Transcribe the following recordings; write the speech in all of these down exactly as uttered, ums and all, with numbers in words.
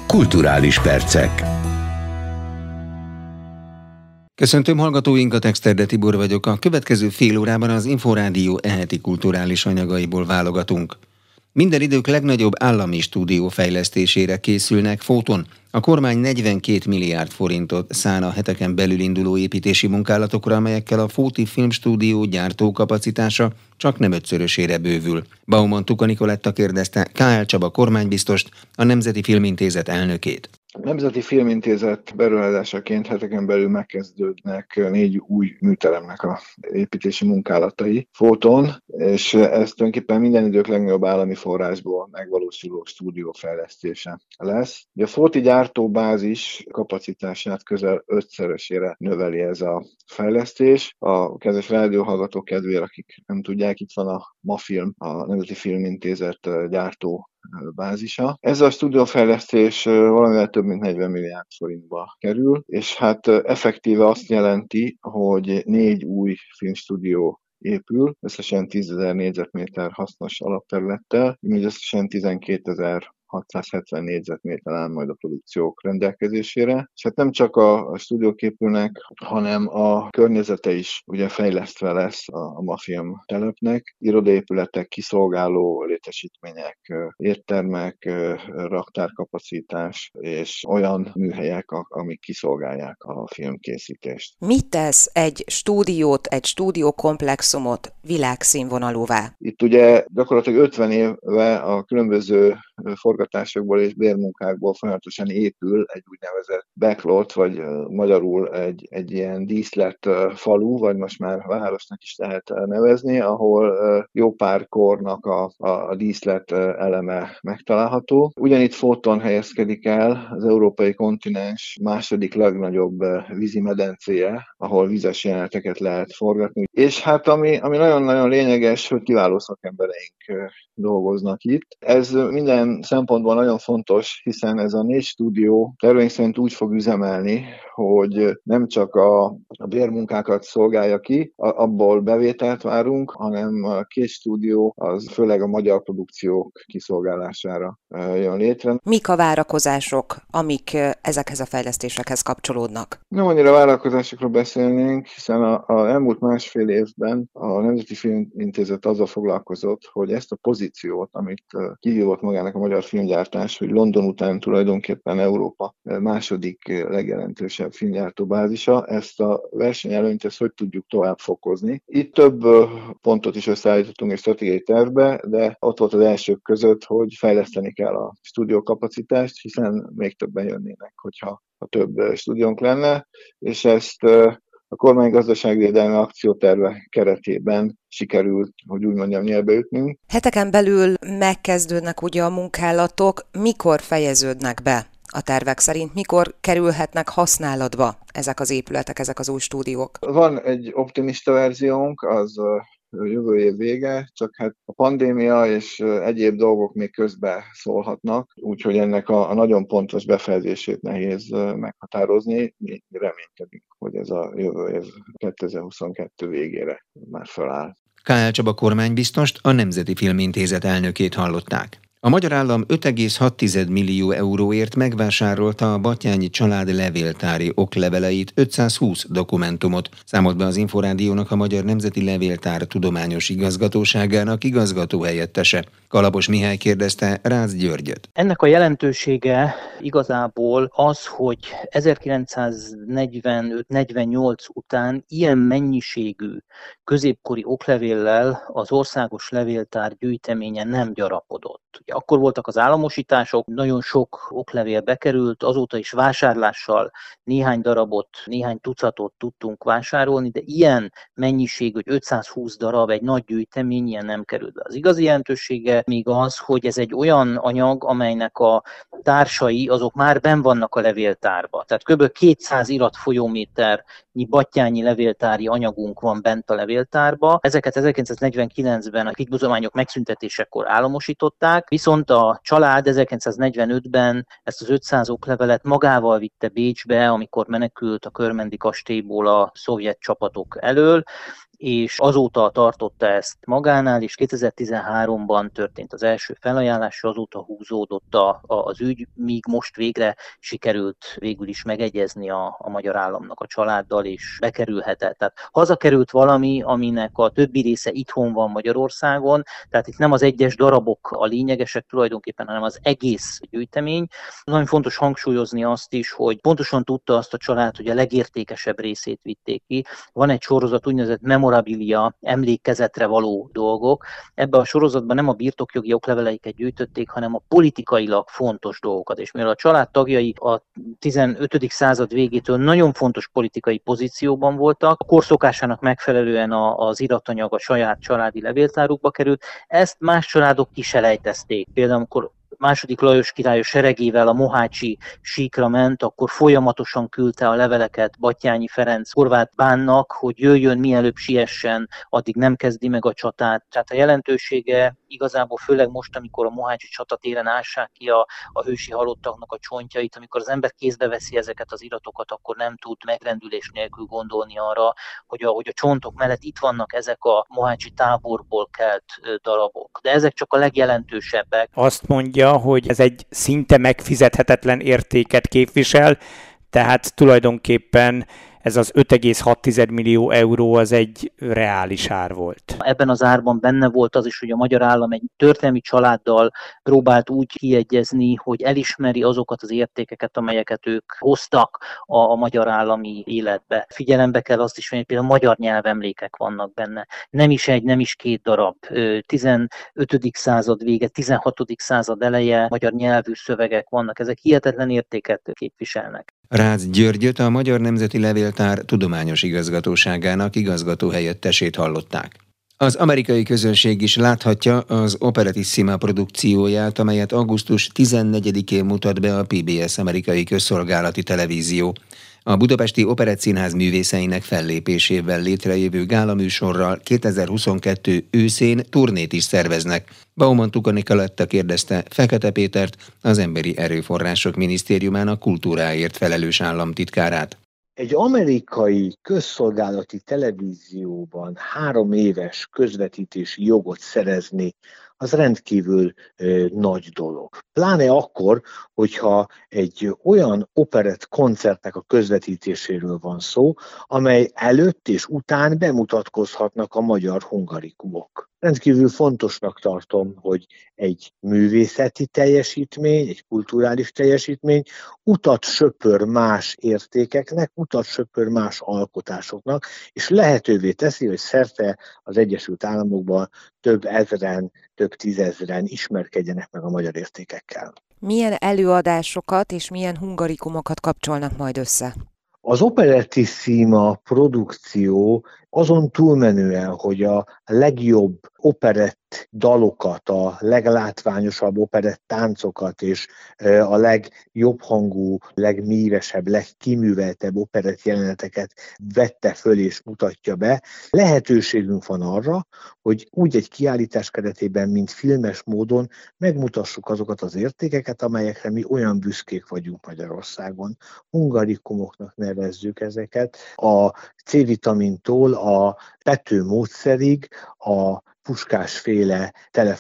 Kulturális percek. Köszöntöm hallgatóinkat, Exterde Tibor vagyok. A következő fél órában az Inforádió eheti kulturális anyagaiból válogatunk. Minden idők legnagyobb állami stúdió fejlesztésére készülnek Fóton. A kormány negyvenkét milliárd forintot szán a heteken belül induló építési munkálatokra, amelyekkel a Fóti Filmstúdió gyártókapacitása csak nem ötszörösére bővül. Baumann Tuka Nikoletta kérdezte ká el Csaba kormánybiztost, a Nemzeti Filmintézet elnökét. A Nemzeti Filmintézet beruházásaként heteken belül megkezdődnek négy új műteremnek a építési munkálatai Fóton, és ez tulajdonképpen minden idők legnagyobb állami forrásból megvalósuló stúdió fejlesztése lesz. A fóti gyártóbázis kapacitását közel ötszörösére növeli ez a fejlesztés. A kedves rádióhallgatók kedvére, akik nem tudják, itt van a MAFILM, a Nemzeti Filmintézet gyártó bázisa. Ez a stúdiófejlesztés valamivel több mint negyven milliárd forintba kerül, és hát effektíve azt jelenti, hogy négy új filmstúdió épül, összesen tízezer négyzetméter hasznos alapterülettel, így összesen tizenkétezer-hatszázhetven négyzetméter áll majd a produkciók rendelkezésére. És hát nem csak a, a stúdiók épülnek, hanem a környezete is ugye fejlesztve lesz a, a MAFILM telepnek. Irodaépületek, kiszolgáló létesítmények, éttermek, raktárkapacitás és olyan műhelyek, amik kiszolgálják a filmkészítést. Mit tesz egy stúdiót, egy stúdiókomplexumot világszínvonalúvá? Itt ugye gyakorlatilag ötven éve a különböző forgatásokból és bérmunkákból folyamatosan épül egy úgynevezett backlot, vagy magyarul egy, egy ilyen díszlet falu, vagy most már városnak is lehet nevezni, ahol jó pár kornak a, a, a díszlet eleme megtalálható. Ugyanitt Fóton helyezkedik el az európai kontinens második legnagyobb vízi medencéje, ahol vizes jeleneteket lehet forgatni. És hát ami, ami nagyon-nagyon lényeges, hogy kiváló szakembereink dolgoznak itt. Ez minden szempontból nagyon fontos, hiszen ez a négy stúdió terveink szerint úgy fog üzemelni, hogy nem csak a, a bérmunkákat szolgálja ki, a, abból bevételt várunk, hanem a két stúdió az főleg a magyar produkciók kiszolgálása jön létre. Mik a várakozások, amik ezekhez a fejlesztésekhez kapcsolódnak? Nem annyira várakozásokról beszélnénk, hiszen a, a elmúlt másfél évben a Nemzeti Filmintézet azzal foglalkozott, hogy ezt a pozíciót, amit kihívott magának a magyar filmgyártás, hogy London után tulajdonképpen Európa második legjelentősebb filmgyártóbázisa, ezt a versenyelőnyt ezt hogy tudjuk tovább fokozni. Itt több pontot is összeállítottunk egy stratégiai tervbe, de ott volt az elsők között, hogy fejleszteni kell a stúdiókapacitást, hiszen még többen jönnének, hogyha a több stúdiónk lenne, és ezt a kormány gazdaságvédelmi akcióterve keretében sikerült, hogy úgy mondjam, nyelbeütnünk. Heteken belül megkezdődnek ugye a munkálatok, mikor fejeződnek be a tervek szerint, mikor kerülhetnek használatba ezek az épületek, ezek az új stúdiók? Van egy optimista verziónk, az jövő év vége, csak hát a pandémia és egyéb dolgok még közbe szólhatnak, úgyhogy ennek a, a nagyon pontos befejezését nehéz meghatározni. Mi reménykedünk, hogy ez a jövő év kétezer-huszonkettő végére már feláll. ká el Csaba kormánybiztost, a Nemzeti Filmintézet elnökét hallották. A magyar állam öt egész hat millió euróért megvásárolta a Batthyány család levéltári okleveleit, ötszázhúsz dokumentumot, számolt be az Inforádiónak a Magyar Nemzeti Levéltár Tudományos Igazgatóságának igazgatóhelyettese. Kalapos Mihály kérdezte Rácz Györgyöt. Ennek a jelentősége igazából az, hogy ezerkilencszáznegyvenöt negyvennyolc után ilyen mennyiségű középkori oklevéllel az országos levéltár gyűjteménye nem gyarapodott. Ugye akkor voltak az államosítások, nagyon sok oklevél bekerült, azóta is vásárlással néhány darabot, néhány tucatot tudtunk vásárolni, de ilyen mennyiség, hogy ötszázhúsz darab, egy nagy gyűjtemény, ilyen nem került be. Az igazi jelentősége még az, hogy ez egy olyan anyag, amelynek a társai azok már benn vannak a levéltárba. Tehát kb. kétszáz iratfolyóméternyi battyányi levéltári anyagunk van bent a levéltárba. Ezeket ezerkilencszáznegyvenkilencben a pikbuzományok megszüntetésekor államosították, viszont a család ezerkilencszáznegyvenötben ezt az ötszáz oklevelet magával vitte Bécsbe, amikor menekült a Körmendi kastélyból a szovjet csapatok elől, és azóta tartotta ezt magánál, és kétezer-tizenháromban történt az első felajánlás, azóta húzódott a, a, az ügy, míg most végre sikerült végül is megegyezni a, a magyar államnak a családdal, és bekerülhetett. Tehát hazakerült valami, aminek a többi része itthon van Magyarországon, tehát itt nem az egyes darabok a lényegesek tulajdonképpen, hanem az egész gyűjtemény. Nagyon fontos hangsúlyozni azt is, hogy pontosan tudta azt a család, hogy a legértékesebb részét vitték ki. Van egy sorozat, úgynevezett memorabilia, emlékkezetre való dolgok. Ebben a sorozatban nem a birtokjogi okleveleiket gyűjtötték, hanem a politikailag fontos dolgokat. És mivel a család tagjai a tizenötödik század végétől nagyon fontos politikai pozícióban voltak, a korszokásának megfelelően az iratanyag a saját családi levéltárukba került, ezt más családok kiselejtezték. Például amikor második Lajos király seregével a mohácsi síkra ment, akkor folyamatosan küldte a leveleket Batthyány Ferenc Horváth bánnak, hogy jöjjön, mielőbb siessen, addig nem kezdi meg a csatát. Tehát a jelentősége igazából főleg most, amikor a mohácsi csatatéren ássák ki a, a hősi halottaknak a csontjait, amikor az ember kézbe veszi ezeket az iratokat, akkor nem tud megrendülés nélkül gondolni arra, hogy a, hogy a csontok mellett itt vannak ezek a mohácsi táborból kelt darabok. De ezek csak a legjelentősebbek. Azt mondja, hogy ez egy szinte megfizethetetlen értéket képvisel, tehát tulajdonképpen ez az öt egész hat millió euró az egy reális ár volt. Ebben az árban benne volt az is, hogy a magyar állam egy történelmi családdal próbált úgy kiegyezni, hogy elismeri azokat az értékeket, amelyeket ők hoztak a, a magyar állami életbe. Figyelembe kell azt is venni, hogy például magyar nyelvemlékek vannak benne. Nem is egy, nem is két darab. tizenötödik század vége, tizenhatodik század eleje magyar nyelvű szövegek vannak. Ezek hihetetlen értéket képviselnek. Rácz Györgyöt, a Magyar Nemzeti Levéltár tudományos igazgatóságának igazgatóhelyettesét hallották. Az amerikai közönség is láthatja az Operettissima produkcióját, amelyet augusztus tizennegyedikén mutat be a pé bé es amerikai közszolgálati televízió. A Budapesti Operettszínház művészeinek fellépésével létrejövő gálaműsorral kétezer-huszonkettő őszén turnét is szerveznek. Baumann Tuka Nikoletta kérdezte Fekete Pétert, az Emberi Erőforrások Minisztériumának kultúráért felelős államtitkárát. Egy amerikai közszolgálati televízióban három éves közvetítési jogot szerezni, az rendkívül ö, nagy dolog. Pláne akkor, hogyha egy olyan operett koncertnek a közvetítéséről van szó, amely előtt és után bemutatkozhatnak a magyar hungarikumok. Rendkívül fontosnak tartom, hogy egy művészeti teljesítmény, egy kulturális teljesítmény utat söpör más értékeknek, utat söpör más alkotásoknak, és lehetővé teszi, hogy szerte az Egyesült Államokban több ezren, több tízezren ismerkedjenek meg a magyar értékekkel. Milyen előadásokat és milyen hungarikumokat kapcsolnak majd össze? Az Operettissima produkció azon túlmenően, hogy a legjobb operett dalokat, a leglátványosabb operett táncokat és a legjobb hangú, legmívesebb, legkiműveltebb operett jeleneteket vette föl és mutatja be, lehetőségünk van arra, hogy úgy egy kiállítás keretében, mint filmes módon megmutassuk azokat az értékeket, amelyekre mi olyan büszkék vagyunk Magyarországon. Hungarikumoknak nevezzük ezeket. A C-vitamintól a Pető módszerig, a Puskás-féle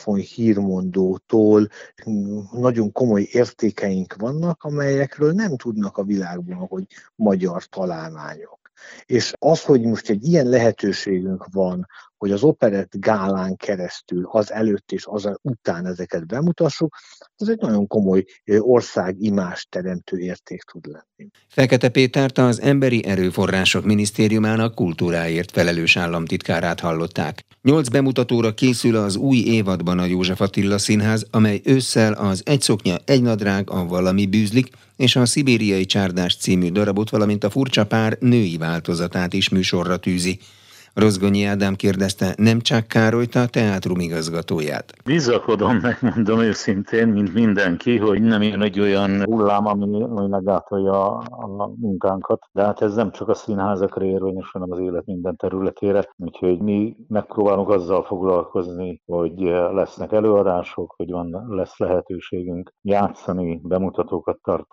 telefonhírmondótól nagyon komoly értékeink vannak, amelyekről nem tudnak a világban, hogy magyar találmányok. És az, hogy most egy ilyen lehetőségünk van, hogy az operett gálán keresztül az előtt és az után ezeket bemutassuk, ez egy nagyon komoly országimázs teremtő érték tud lenni. Fekete Pétert, az Emberi Erőforrások Minisztériumának kultúráért felelős államtitkárát hallották. Nyolc bemutatóra készül az új évadban a József Attila Színház, amely ősszel az Egy szoknya, egy nadrág, a Valami bűzlik és a Szibériai csárdás című darabot, valamint a Furcsa pár női változatát is műsorra tűzi. Rozgonyi Ádám kérdezte Nemcsák Károlyt, a teátrum igazgatóját. Bizakodom, megmondom őszintén, mint mindenki, hogy nem jön egy olyan hullám, ami, ami megátolja a munkánkat. De hát ez nem csak a színházakra érvényes, hanem az élet minden területére. Úgyhogy mi megpróbálunk azzal foglalkozni, hogy lesznek előadások, hogy van, lesz lehetőségünk játszani, bemutatókat tartani,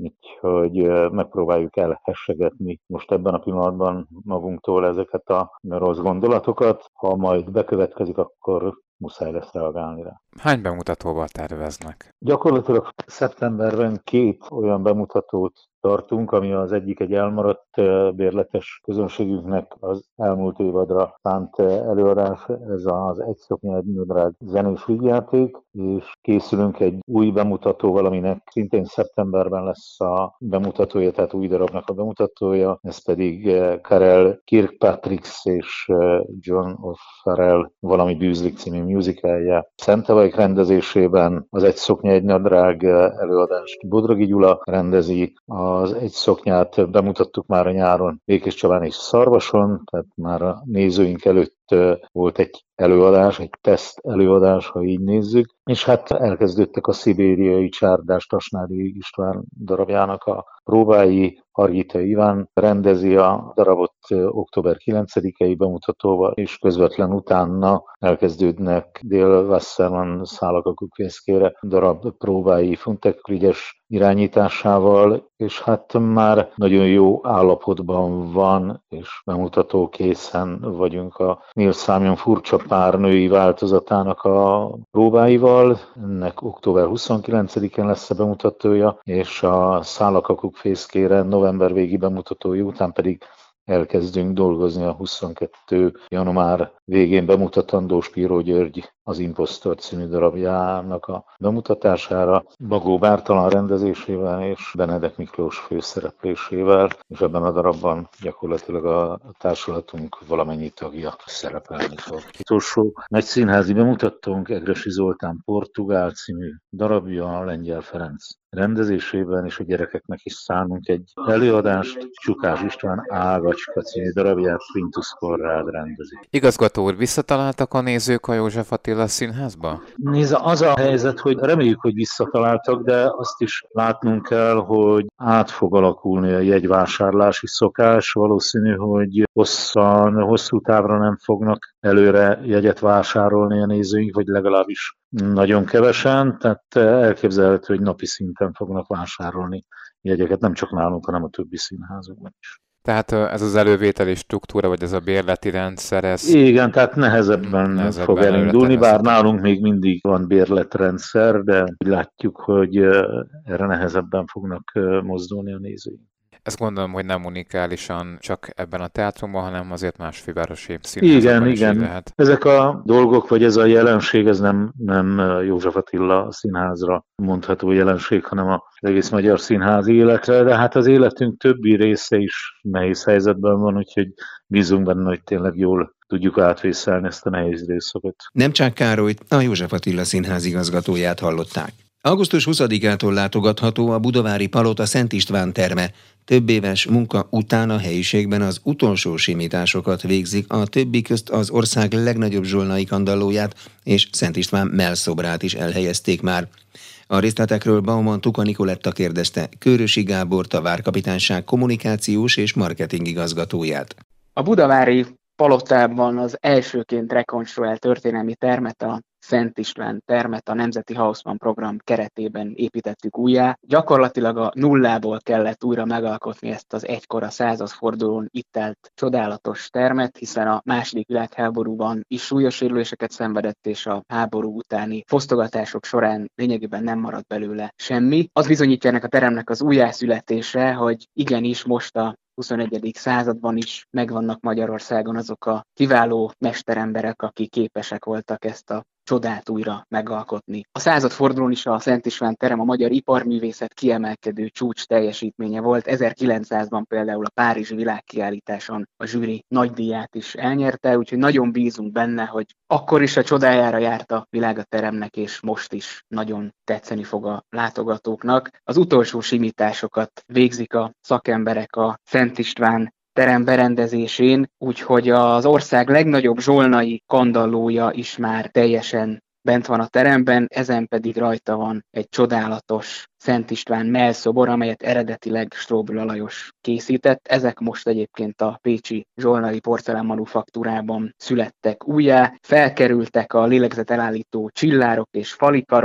úgyhogy megpróbáljuk elhessegetni most ebben a pillanatban magunktól ezeket a rossz gondolatokat. Ha majd bekövetkezik, akkor muszáj lesz reagálni rá. Hány bemutatóval terveznek? Gyakorlatilag szeptemberben két olyan bemutatót tartunk, ami az egyik egy elmaradt bérletes közönségünknek az elmúlt évadra szánt előadás, ez az Egy szoknya egy nadrág zenés vígjáték, és készülünk egy új bemutatóval, aminek szintén szeptemberben lesz a bemutatója, tehát új darabnak a bemutatója, ez pedig Karel Kirkpatricks és John O'Farrell valami bűzlik című musicalje. Szentevajk rendezésében az Egy szoknya egy nadrág előadást Bodrogi Gyula rendezi, az Egy szoknyát bemutattuk már a nyáron Békés Csabán és Szarvason, tehát már a nézőink előtt volt egy előadás, egy teszt előadás, ha így nézzük, és hát elkezdődtek a szibériai csárdás Tasnádi István darabjának a próbái. Hargita Iván rendezi a darabot október kilencedikei bemutatóval, és közvetlen utána elkezdődnek Dél Wasserman Szálak a kukvészkére darab próbái Funtek Frigyes irányításával, és hát már nagyon jó állapotban van, és bemutató készen vagyunk a Neil Simon Furcsa pár női változatának a próbáival. Ennek október huszonkilencedikén lesz a bemutatója, és a Szálak a kukvészkére november végi bemutatója után pedig elkezdünk dolgozni a huszonkettő január végén bemutatandó Spíró György az Impostor című darabjának a bemutatására, Bagó Bártalan rendezésével és Benedek Miklós főszereplésével, és ebben a darabban gyakorlatilag a társulatunk valamennyi tagja szerepelni fog. Utolsó nagy színházi bemutatónk Egressy Zoltán Portugál című darabja a Lengyel Ferenc rendezésében, és a gyerekeknek is szánunk egy előadást. Csukás István Ágacska című darabját Quintus Korrád rendezi. Igazgató úr, visszataláltak a nézők a József Attila Színházba? Nézd, az a helyzet, hogy reméljük, hogy visszataláltak, de azt is látnunk kell, hogy át fog alakulni a jegyvásárlási szokás. Valószínű, hogy hosszan, hosszú távra nem fognak előre jegyet vásárolni a nézőink, vagy legalábbis nagyon kevesen, tehát elképzelhető, hogy napi szinten fognak vásárolni jegyeket, nem csak nálunk, hanem a többi színházakban is. Tehát ez az elővételi struktúra, vagy ez a bérleti rendszer, ez... Igen, tehát nehezebben, nehezebben fog elindulni, bár nálunk még mindig van bérletrendszer, de látjuk, hogy erre nehezebben fognak mozdulni a nézőink. Ezt gondolom, hogy nem unikálisan csak ebben a teátrumban, hanem azért más fővárosi színházakban is igen, lehet. Ezek a dolgok, vagy ez a jelenség, ez nem, nem József Attila Színházra mondható jelenség, hanem az egész magyar színházi életre, de hát az életünk többi része is nehéz helyzetben van, úgyhogy bízunk benne, hogy tényleg jól tudjuk átvészelni ezt a nehéz időszakot. Nemcsák Károlyt, a József Attila Színház igazgatóját hallották. augusztus huszadikától látogatható a Budavári Palota Szent István terme. Több éves munka után a helyiségben az utolsó simításokat végzik, a többi közt az ország legnagyobb zsolnai kandallóját és Szent István mellszobrát is elhelyezték már. A részletekről Bauman Tuka Nikoletta kérdezte Kőrösi Gábort, a Várkapitányság kommunikációs és marketing igazgatóját. A budavári palotában az elsőként rekonstruált történelmi termet, a Szent István termet a Nemzeti Haussmann program keretében építettük újjá. Gyakorlatilag a nullából kellett újra megalkotni ezt az egykor a századfordulón itt állt csodálatos termet, hiszen a második világháborúban is súlyos sérüléseket szenvedett, és a háború utáni fosztogatások során lényegében nem maradt belőle semmi. Az bizonyítja ennek a teremnek az újjászületése, hogy igenis most a huszonegyedik században is megvannak Magyarországon azok a kiváló mesteremberek, akik képesek voltak ezt a csodát újra megalkotni. A századfordulón is a Szent István terem a magyar iparművészet kiemelkedő csúcs teljesítménye volt. ezerkilencszázban például a Párizsi világkiállításon a zsűri nagydíját is elnyerte, úgyhogy nagyon bízunk benne, hogy akkor is a csodájára járt a világ a teremnek, és most is nagyon tetszeni fog a látogatóknak. Az utolsó simításokat végzik a szakemberek a Szent István terem berendezésén, úgyhogy az ország legnagyobb zsolnai kandallója is már teljesen bent van a teremben, ezen pedig rajta van egy csodálatos Szent István mellszobor, amelyet eredetileg Stróbül Lajos készített. Ezek most egyébként a pécsi zsolnai porcelánmanufaktúrában születtek újjá, felkerültek a lélegzetelállító csillárok és falikarok,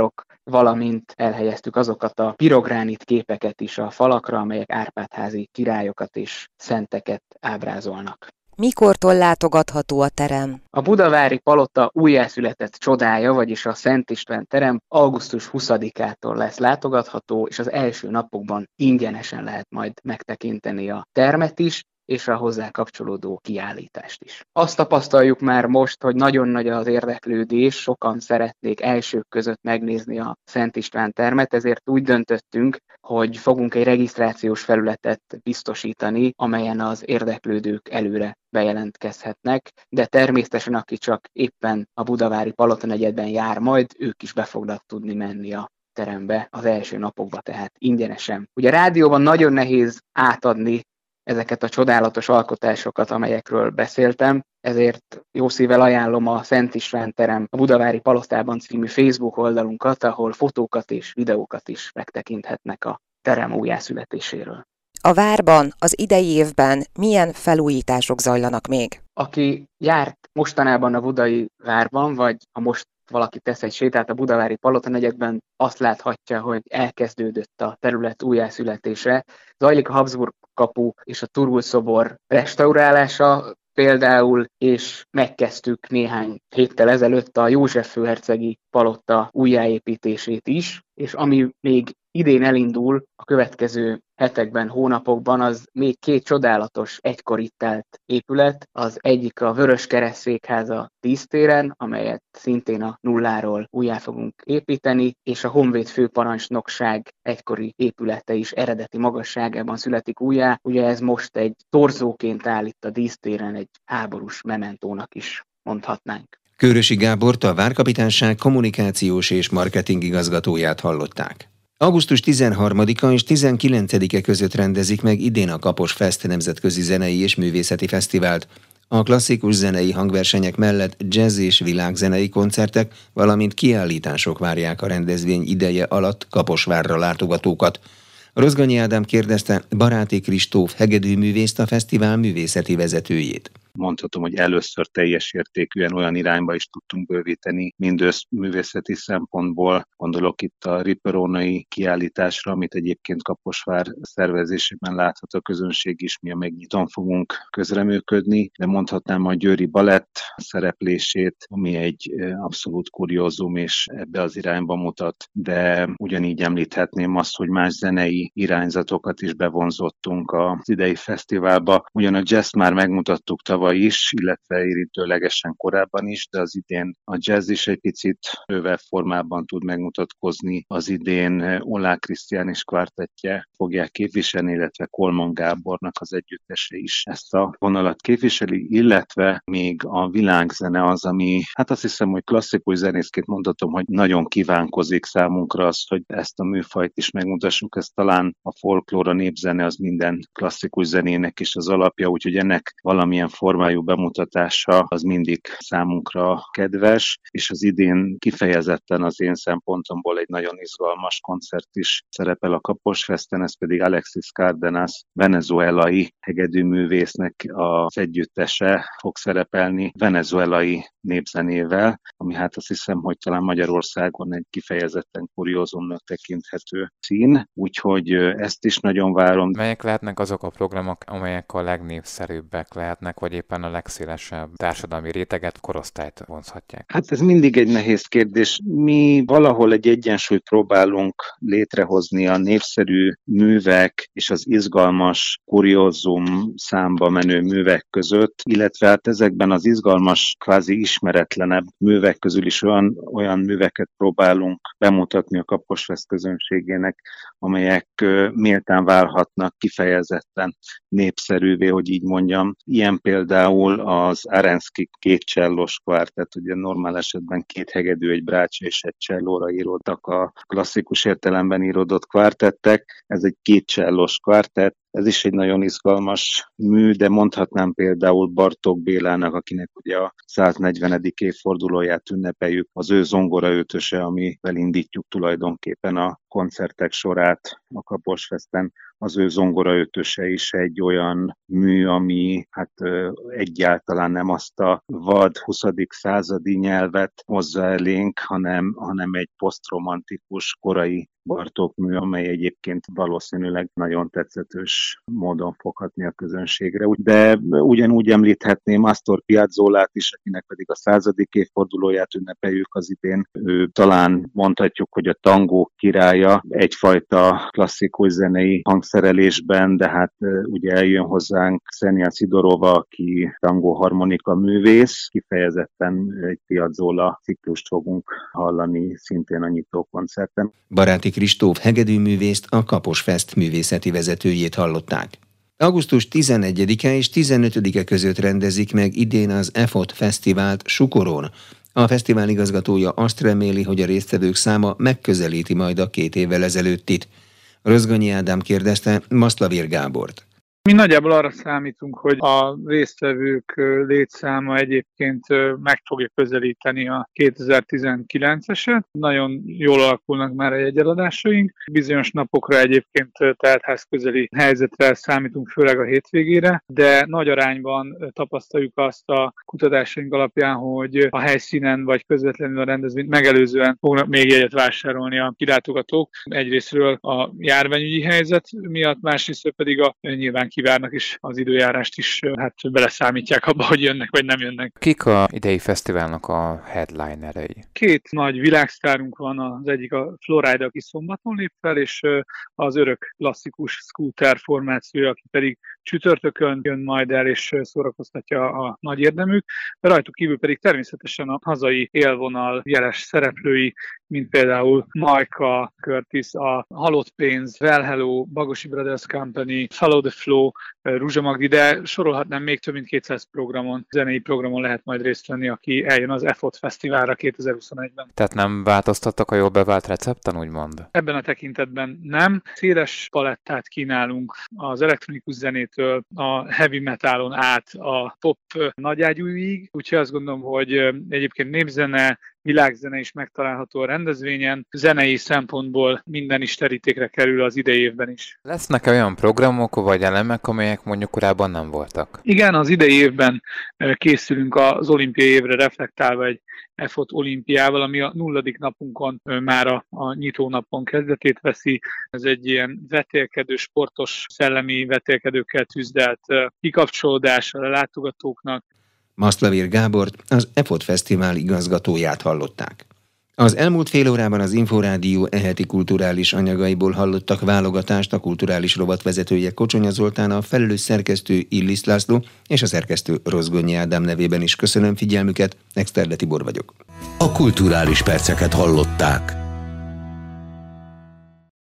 valamint elhelyeztük azokat a pirogránit képeket is a falakra, amelyek Árpád-házi királyokat és szenteket ábrázolnak. Mikortól látogatható a terem? A budavári palota újjászületett csodája, vagyis a Szent István terem augusztus huszadikától lesz látogatható, és az első napokban ingyenesen lehet majd megtekinteni a termet is, és a hozzá kapcsolódó kiállítást is. Azt tapasztaljuk már most, hogy nagyon nagy az érdeklődés, sokan szeretnék elsők között megnézni a Szent István termet, ezért úgy döntöttünk, hogy fogunk egy regisztrációs felületet biztosítani, amelyen az érdeklődők előre bejelentkezhetnek, de természetesen aki csak éppen a budavári Palotanegyedben jár majd, ők is be fognak tudni menni a terembe az első napokban, tehát ingyenesen. Ugye a rádióban nagyon nehéz átadni ezeket a csodálatos alkotásokat, amelyekről beszéltem, ezért jó szívvel ajánlom a Szent István terem a Budavári Palotában című Facebook oldalunkat, ahol fotókat és videókat is megtekinthetnek a terem újjászületéséről. A várban az idei évben milyen felújítások zajlanak még? Aki járt mostanában a budai várban, vagy ha most valaki tesz egy sétát a budavári Palotanegyedben, azt láthatja, hogy elkezdődött a terület újjászületése. Zajlik a Habsburg kapu és a Turul szobor restaurálása például, és megkezdtük néhány héttel ezelőtt a József főhercegi palota újjáépítését is, és ami még idén elindul a következő hetekben, hónapokban, az még két csodálatos egykor itt állt épület. Az egyik a Vöröskereszt székháza dísztéren, amelyet szintén a nulláról újjá fogunk építeni, és a Honvéd főparancsnokság egykori épülete is eredeti magasságában születik újjá. Ugye ez most egy torzóként áll itt a dísztéren, egy háborús mementónak is mondhatnánk. Kőrösi Gábort, a Várkapitányság kommunikációs és marketing igazgatóját hallották. augusztus tizenharmadika és tizenkilencedike között rendezik meg idén a Kaposfest nemzetközi zenei és művészeti fesztivált. A klasszikus zenei hangversenyek mellett jazz és világzenei koncertek, valamint kiállítások várják a rendezvény ideje alatt Kaposvárra látogatókat. Rozgonyi Ádám kérdezte Baráti Kristóf hegedűművészt, a fesztivál művészeti vezetőjét. Mondhatom, hogy először teljes értékűen olyan irányba is tudtunk bővíteni, mindössz művészeti szempontból. Gondolok itt a riperonai kiállításra, amit egyébként Kaposvár szervezésében láthat a közönség is, mi a megnyitón fogunk közreműködni, de mondhatnám a győri balett szereplését, ami egy abszolút kuriózum és ebbe az irányba mutat, de ugyanígy említhetném azt, hogy más zenei irányzatokat is bevonzottunk az idei fesztiválba. Ugyan a jazz már megmutattuk tavaly is, illetve érintőlegesen korábban is, de az idén a jazz is egy picit bővebb formában tud megmutatkozni. Az idén Ollá Krisztián és kvartettje fogják képviselni, illetve Kolmon Gábornak az együttese is ezt a vonalat képviseli, illetve még a világzene az, ami, hát azt hiszem, hogy klasszikus zenészként mondhatom, hogy nagyon kívánkozik számunkra azt, hogy ezt a műfajt is megmutassuk. Ez talán a folklóra, népzene az minden klasszikus zenének is az alapja, úgyhogy ennek valamilyen formájú bemutatása az mindig számunkra kedves, és az idén kifejezetten az én szempontomból egy nagyon izgalmas koncert is szerepel a Kaposfesten, ez pedig Alexis Cárdenas venezuelai hegedűművésznek az együttese fog szerepelni venezuelai népzenével, ami hát azt hiszem, hogy talán Magyarországon egy kifejezetten kuriózumnak tekinthető szín, úgyhogy ezt is nagyon várom. Melyek lehetnek azok a programok, amelyek a legnépszerűbbek lehetnek, vagy éppen a legszélesebb társadalmi réteget, korosztályt vonzhatják? Hát ez mindig egy nehéz kérdés. Mi valahol egy egyensúlyt próbálunk létrehozni a népszerű művek és az izgalmas kuriózum számba menő művek között, illetve hát ezekben az izgalmas, kvázi ismeretlenebb művek közül is olyan, olyan műveket próbálunk bemutatni a Kaposfest közönségének, amelyek méltán válhatnak kifejezetten népszerűvé, hogy így mondjam. Ilyen például az Arenszky két csellós kvártett, ugye normál esetben két hegedű, egy brácsa és egy csellóra íródtak a klasszikus értelemben íródott kvártettek. Ez egy két csellós kvártett. Ez is egy nagyon izgalmas mű, de mondhatnám például Bartók Bélának, akinek ugye a száznegyvenedik évfordulóját ünnepeljük, az ő zongoraötöse, amivel indítjuk tulajdonképpen a koncertek sorát a Kaposfesten, az ő zongoraötöse is egy olyan mű, ami hát egyáltalán nem azt a vad huszadik századi nyelvet hozza elénk, hanem, hanem egy posztromantikus korai Bartók mű, amely egyébként valószínűleg nagyon tetszetős módon foghatni a közönségre. De ugyanúgy említhetném Astor Piazzolát is, akinek pedig a századik évfordulóját ünnepeljük az idén. Ő talán mondhatjuk, hogy a tangó királya egyfajta klasszikus zenei hangszerelésben, de hát ugye eljön hozzánk Ksenia Szidorova, aki tangó harmonika művész, kifejezetten egy Piazzolla ciklust fogunk hallani szintén a nyitókoncerten. Baráti Kristóf hegedűművészt, a Kaposfest művészeti vezetőjét hallották. augusztus tizenegyedike és tizenötödike között rendezik meg idén az e fot Fesztivált Sukoron. A fesztivál igazgatója azt reméli, hogy a résztvevők száma megközelíti majd a két évvel ezelőttit. Rozgonyi Ádám kérdezte Maszlavér Gábort. Mi nagyjából arra számítunk, hogy a résztvevők létszáma egyébként meg fogja közelíteni a kétezer-tizenkilenceset. Nagyon jól alakulnak már a jegyeladásaink. Bizonyos napokra egyébként teltház közeli helyzetre számítunk, főleg a hétvégére, de nagy arányban tapasztaljuk azt a kutatásaink alapján, hogy a helyszínen vagy közvetlenül a rendezvényt megelőzően fognak még jegyet vásárolni a kilátogatók. Egyrészről a járványügyi helyzet miatt, másrészt pedig a nyilván kivárnak is az időjárást is, hát beleszámítják abba, hogy jönnek vagy nem jönnek. Kik a idei fesztiválnak a headlinerei? Két nagy világsztárunk van, az egyik a Florida, aki szombaton lép fel, és az örök klasszikus Scooter formációja, aki pedig csütörtökön jön majd el, és szórakoztatja a nagy érdemük. Rajtuk kívül pedig természetesen a hazai élvonal jeles szereplői, mint például Majka, Curtis, a Halott Pénz, Well Hello, Bagosi Brothers Company, Follow the Flow, Ruzsa Magdi, de sorolhatnám még több mint kétszáz programon, zenei programon lehet majd részt venni, aki eljön az e fot Fesztiválra kétezer-huszonegyben. Tehát nem változtattak a jól bevált recepten, úgymond? Ebben a tekintetben nem. Széles palettát kínálunk az elektronikus zenétől, a heavy metalon át a pop nagyágyúig, úgyhogy azt gondolom, hogy egyébként népzene, világzene is megtalálható a rendezvényen. Zenei szempontból minden is terítékre kerül az idei évben is. Lesznek olyan programok vagy elemek, amelyek mondjuk korábban nem voltak? Igen, az idei évben készülünk az olimpiai évre reflektálva egy e fot olimpiával, ami a nulladik napunkon már a, a nyitónapon kezdetét veszi. Ez egy ilyen vetélkedő, sportos, szellemi vetélkedőkkel tüzdelt kikapcsolódás a látogatóknak. Maszlavér Gábort, az e fot Fesztivál igazgatóját hallották. Az elmúlt fél órában az Inforádió e-heti kulturális anyagaiból hallottak válogatást, a kulturális rovat vezetője Kocsonya Zoltán, a felelős szerkesztő Illis László és a szerkesztő Rozgonyi Ádám nevében is köszönöm figyelmüket, Exterde Tibor vagyok. A kulturális perceket hallották.